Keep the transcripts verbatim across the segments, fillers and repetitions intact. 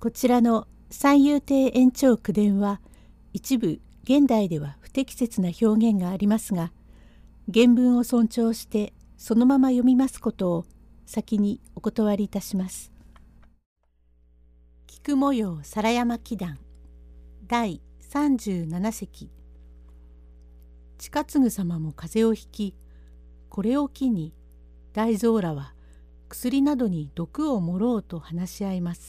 こちらの三遊亭延長九伝は一部現代では不適切な表現がありますが、原文を尊重してそのまま読みますことを先にお断りいたします。菊模様皿山祈願だいさんじゅうなな席。近次様も風邪をひき、これを機に大蔵らは薬などに毒を盛ろうと話し合います。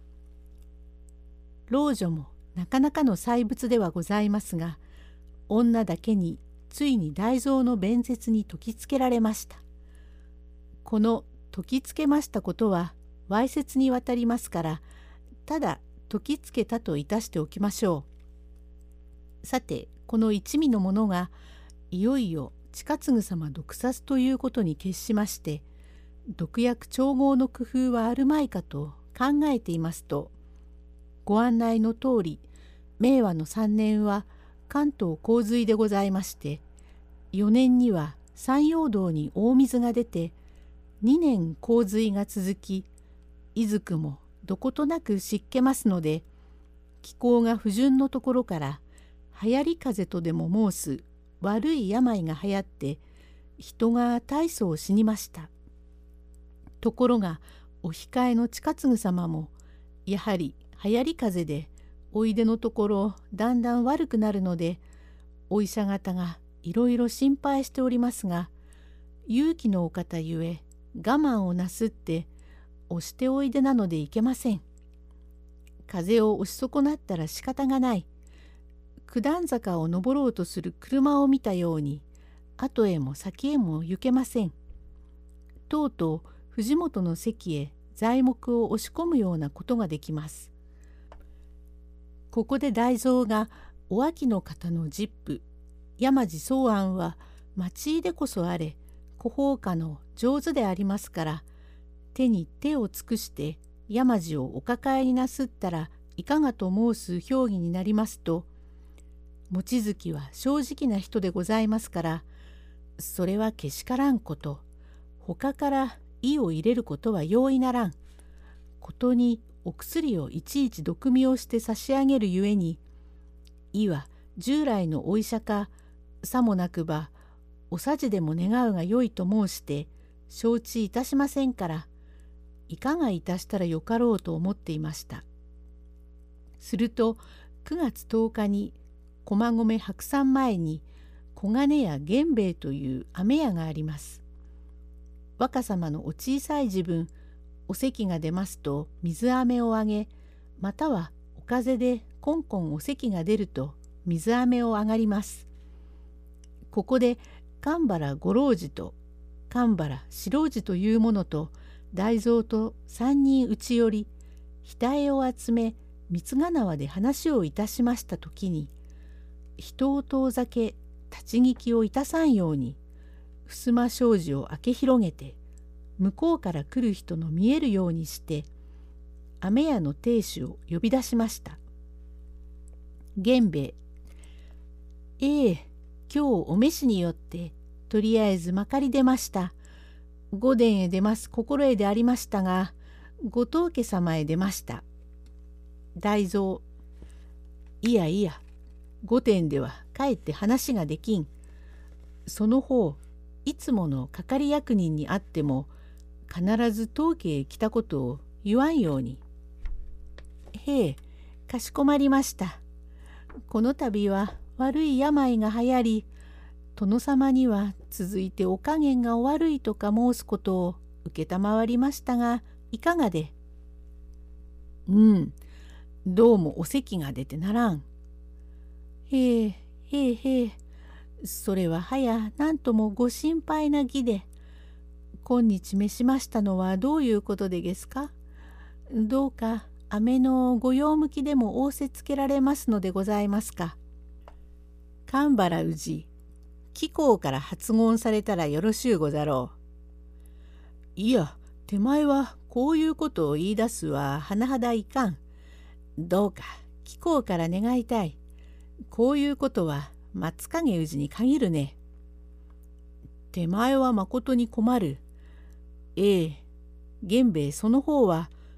老女もなかなかの細物ではございますが、女だけについに大蔵の弁舌に説きつけられました。この説きつけましたことはわいせつにわたりますから、ただ説きつけたといたしておきましょう。さてこの一味の者がいよいよ近次様毒殺ということに決しまして、毒薬調合の工夫はあるまいかと考えていますと、ご案内の通り明和のさんねんは関東洪水でございまして、よねんには山陽道に大水が出て、にねん洪水が続き、いずくもどことなく湿気ますので、気候が不順のところから流行り風邪とでも申す悪い病が流行って、人が大層死にました。ところがお控えの近次様もやはり流行り風邪でおいでのところだんだん悪くなるので、お医者方がいろいろ心配しておりますが、勇気のお方ゆえ我慢をなすって押しておいでなのでいけません。風を押し損なったら仕方がない。九段坂を登ろうとする車を見たように後へも先へも行けません。とうとう藤本の席へ材木を押し込むようなことができます。ここで大蔵がお秋の方の実父山地宗安は町井でこそあれ小法家の上手でありますから、手に手を尽くして山地をお抱えになすったらいかがと申す評議になりますと、望月は正直な人でございますから、それはけしからんこと、他から意を入れることは容易ならんことに、お薬をいちいち毒味をして差し上げるゆえに、意は従来のお医者かさもなくばおさじでも願うがよいと申して承知いたしませんから、いかがいたしたらよかろうと思っていました。するとくがつとおかに駒込白山前に小金屋源兵衛という飴屋があります。若様のお小さい時分、お咳が出ますと水飴をあげ、またはお風邪でこんこんお咳が出ると水飴をあがります。ここで神原五郎次と神原四郎次というものと大蔵と三人打ち寄り、額を集め三つが縄で話をいたしました時に、人を遠ざけ立ち聞きをいたさんように襖障子を開け広げて、向こうから来る人の見えるようにして飴屋の亭主を呼び出しました。源兵衛、ええ、今日お召しによってとりあえずまかり出ました。御殿へ出ます心得でありましたが、ご当家様へ出ました。大蔵、いやいや、御殿ではかえって話ができん。その方いつもの係役人に会っても必ず当家へ来たことを言わんように。へえ、かしこまりました。この度は悪い病が流行り、殿様には続いてお加減がお悪いとか申すことを承りましたが、いかがで。うん、どうもお咳が出てならん。へえ、へえへえ、それははやなんともご心配な儀で、今日召しましたのはどういうことでげすか。どうか飴のご用向きでも仰せつけられますのでございますか。神原氏、貴公から発言されたらよろしゅうござろう。いや、手前はこういうことを言い出すは甚だいかん。どうか貴公から願いたい。こういうことは松影氏に限るね。手前はまことに困る。ええ、源兵衛その方は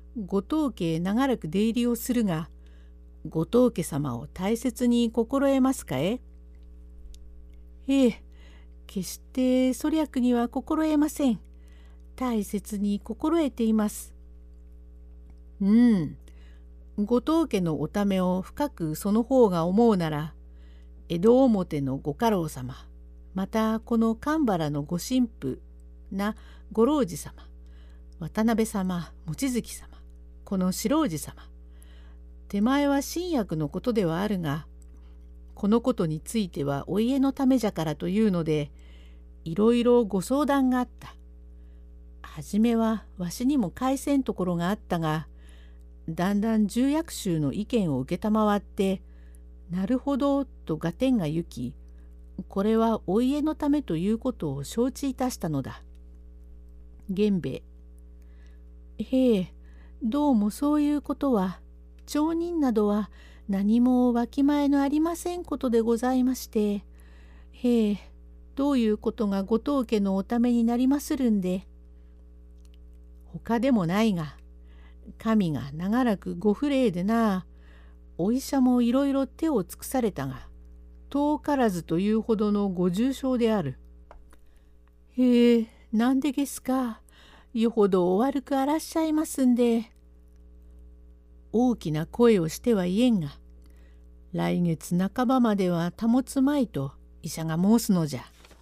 ご当家へ長らく出入りをするが、ご当家様を大切に心得ますかえ？ええ、決して粗略には心得ません。大切に心得ています。うん、ご当家のおためを深くその方が思うなら、江戸表のご家老様、またこの神原のご神父なご老寺様、渡辺様、望月様、この四郎次様、手前は新薬のことではあるが、このことについてはお家のためじゃからというので、いろいろご相談があった。はじめはわしにも返せんところがあったが、だんだん重役衆の意見を承って、なるほどと合点が行き、これはお家のためということを承知いたしたのだ。源兵衛。へえ、どうもそういうことは、町人などは何もわきまえのありませんことでございまして、へえ、どういうことがご当家のおためになりまするんで。他でもないが、神が長らくご不礼でな、お医者もいろいろ手を尽くされたが、遠からずというほどのご重傷である。へえ、なんでですか。よほどお悪くあらっしゃいますんで。大きな声をしては言えんが、来月半ばまでは保つまいと医者が申すのじゃ。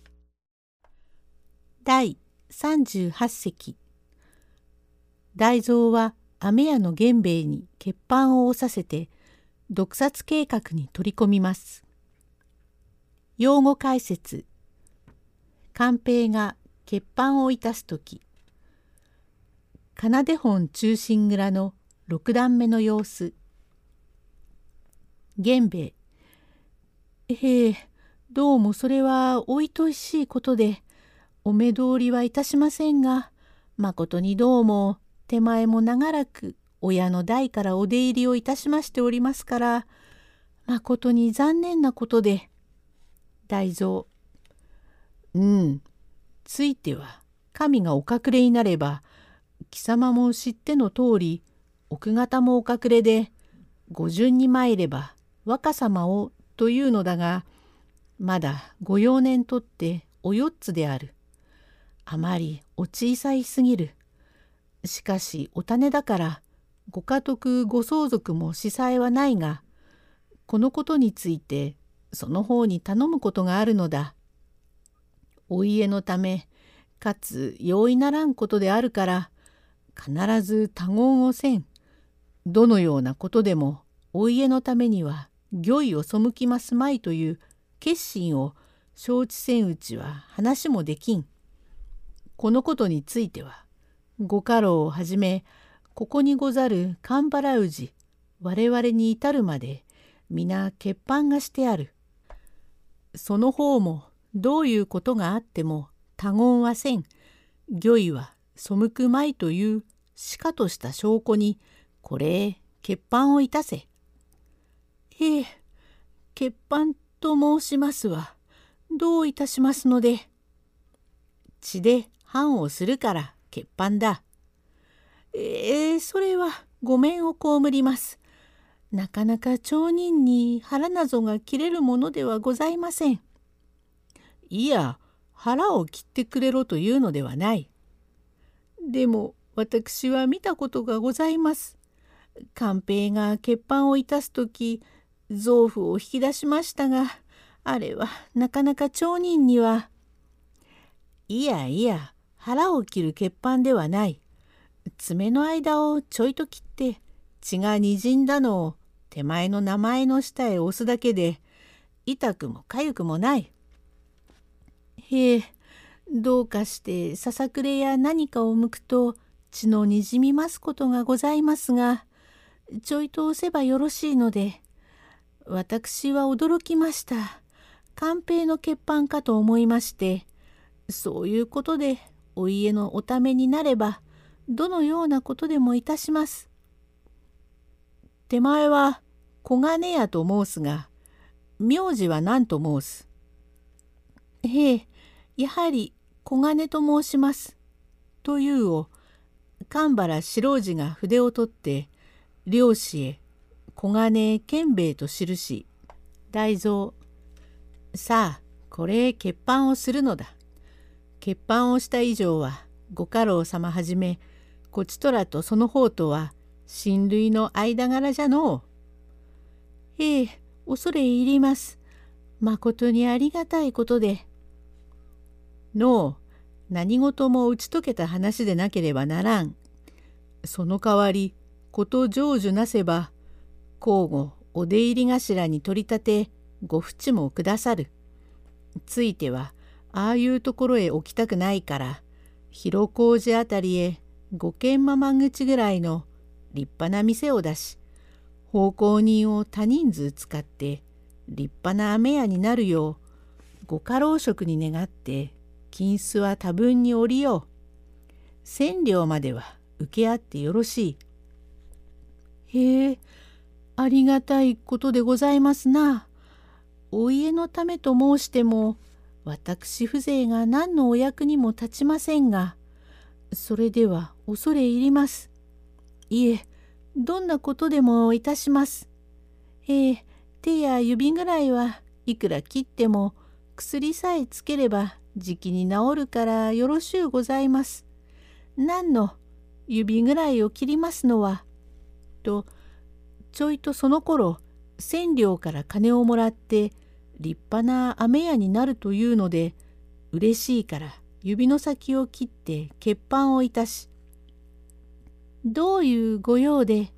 だいさんじゅうはちせき。大蔵は飴屋の源兵衛に血板を押させて毒殺計画に取り込みます。用語解説。官兵が血板をいたすとき、奏本忠臣蔵の六段目の様子。源兵衛。へえ、どうもそれはおいといしいことで、お目通りはいたしませんが、まことにどうも手前も長らく親の代からお出入りをいたしましておりますから、まことに残念なことで。大蔵。うん、ついては神がお隠れになれば、貴様も知っての通り、奥方もお隠れで、ご順に参れば若様をというのだが、まだご幼年とってお四つである。あまりお小さいすぎる。しかしお種だから、ご家督ご相続も子細はないが、このことについてその方に頼むことがあるのだ。お家のため、かつ容易ならんことであるから、必ず他言をせん。どのようなことでもお家のためには御意を背きますまいという決心を承知せんうちは話もできん。このことについては、ご家老をはじめ、ここにござる神原氏、我々に至るまで皆血板がしてある。その方もどういうことがあっても他言はせん。御意は背くまいというしかとした証拠に、これへ血板をいたせ。へえ、血板と申しますは、どういたしますので。血で判をするから血板だ。ええ、それはご免を被ります。なかなか町人に腹なぞが切れるものではございません。いや、腹を切ってくれろというのではない。でも私は見たことがございます。官兵が血板をいたすとき、臓腑を引き出しましたが、あれはなかなか町人には。いやいや、腹を切る血板ではない。爪の間をちょいと切って血がにじんだのを手前の名前の下へ押すだけで、痛くもかゆくもない。へえ、どうかしてささくれや何かを向くと血のにじみますことがございますが、ちょいと押せばよろしいので。私は驚きました。官兵の血板かと思いまして、そういうことでお家のおためになれば、どのようなことでもいたします。手前は小金屋と申すが、名字は何と申す。へえ、やはり小金と申します。というを、 神原四郎次が筆を取って領紙へ小金健兵衛と記し、大蔵、さあこれへ欠版をするのだ。欠版をした以上はご家老様はじめこちとらとその方とは親類の間柄じゃのう。ええ、恐れ入ります。まことにありがたいことで。のう、何事も打ち解けた話でなければならん。その代わりこと成就なせば交互お出入り頭に取り立てご淵もくださる。ついてはああいうところへ置きたくないから広小路あたりへ五軒まま口ぐらいの立派な店を出し、奉公人を多人数使って立派な飴屋になるようご家老職に願って金子は多分におりよう。千両までは受け合ってよろしい。へえ、ありがたいことでございますな。お家のためと申しても私風情が何のお役にも立ちませんが、それでは恐れ入ります。いえ、どんなことでもいたします。ええ、手や指ぐらいはいくら切っても薬さえつければじきに治るからよろしゅうございます。何の指ぐらいを切りますのは。とちょいとその頃千両から金をもらって立派な飴屋になるというので嬉しいから指の先を切って欠版をいたし、どういうご用で。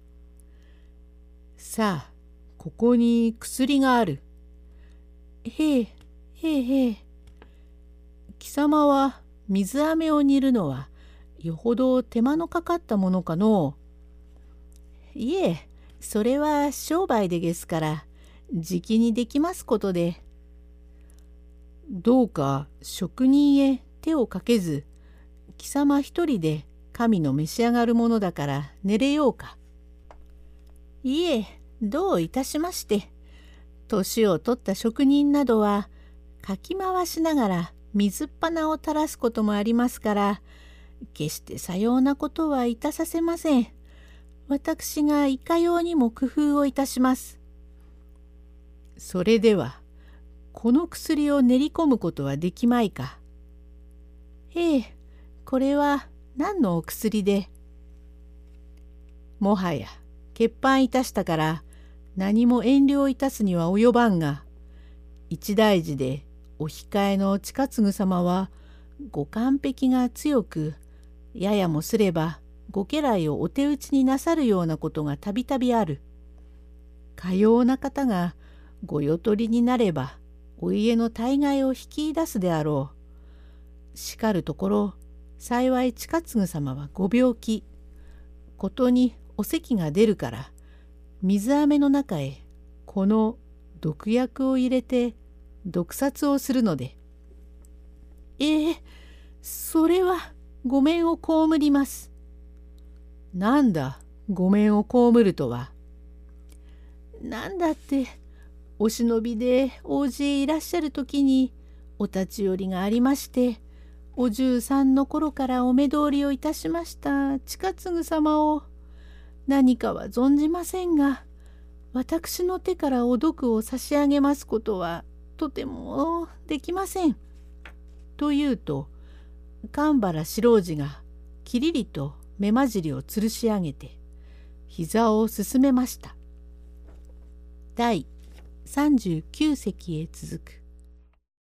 さあここに薬がある。へえへえへえ。貴様は水飴を煮るのはよほど手間のかかったものかのう。いえ、それは商売でげすからじきにできますことで。どうか職人へ手をかけず貴様一人で神の召し上がるものだから寝れようか。いえ、どういたしまして。年を取った職人などはかき回しながら水っ鼻を垂らすこともありますから、決してさようなことはいたさせません。私がいかようにも工夫をいたします。それではこの薬を練り込むことはできまいか。ええ、これは何のお薬で。もはや欠版いたしたから何も遠慮いたすには及ばんが、一大事でお控えの近次様はご完璧が強く、ややもすればご家来をお手討ちになさるようなことがたびたびある。かような方がご世取りになればお家の大概を引き出すであろう。しかるところ幸い近次様はご病気、ことにお咳が出るから水飴の中へこの毒薬を入れて毒殺をするので。ええ、それはごめんを被ります。なんだごめんを被るとは。なんだってお忍びで王子へいらっしゃる時にお立ち寄りがありまして、お十三の頃からお目通りをいたしました近次様を何かは存じませんが、私の手からお毒を差し上げますことはとてもできません。と言うと神原四郎次がきりりと目まじりを吊るし上げて膝を進めました。だいさんじゅうきゅう席へ続く。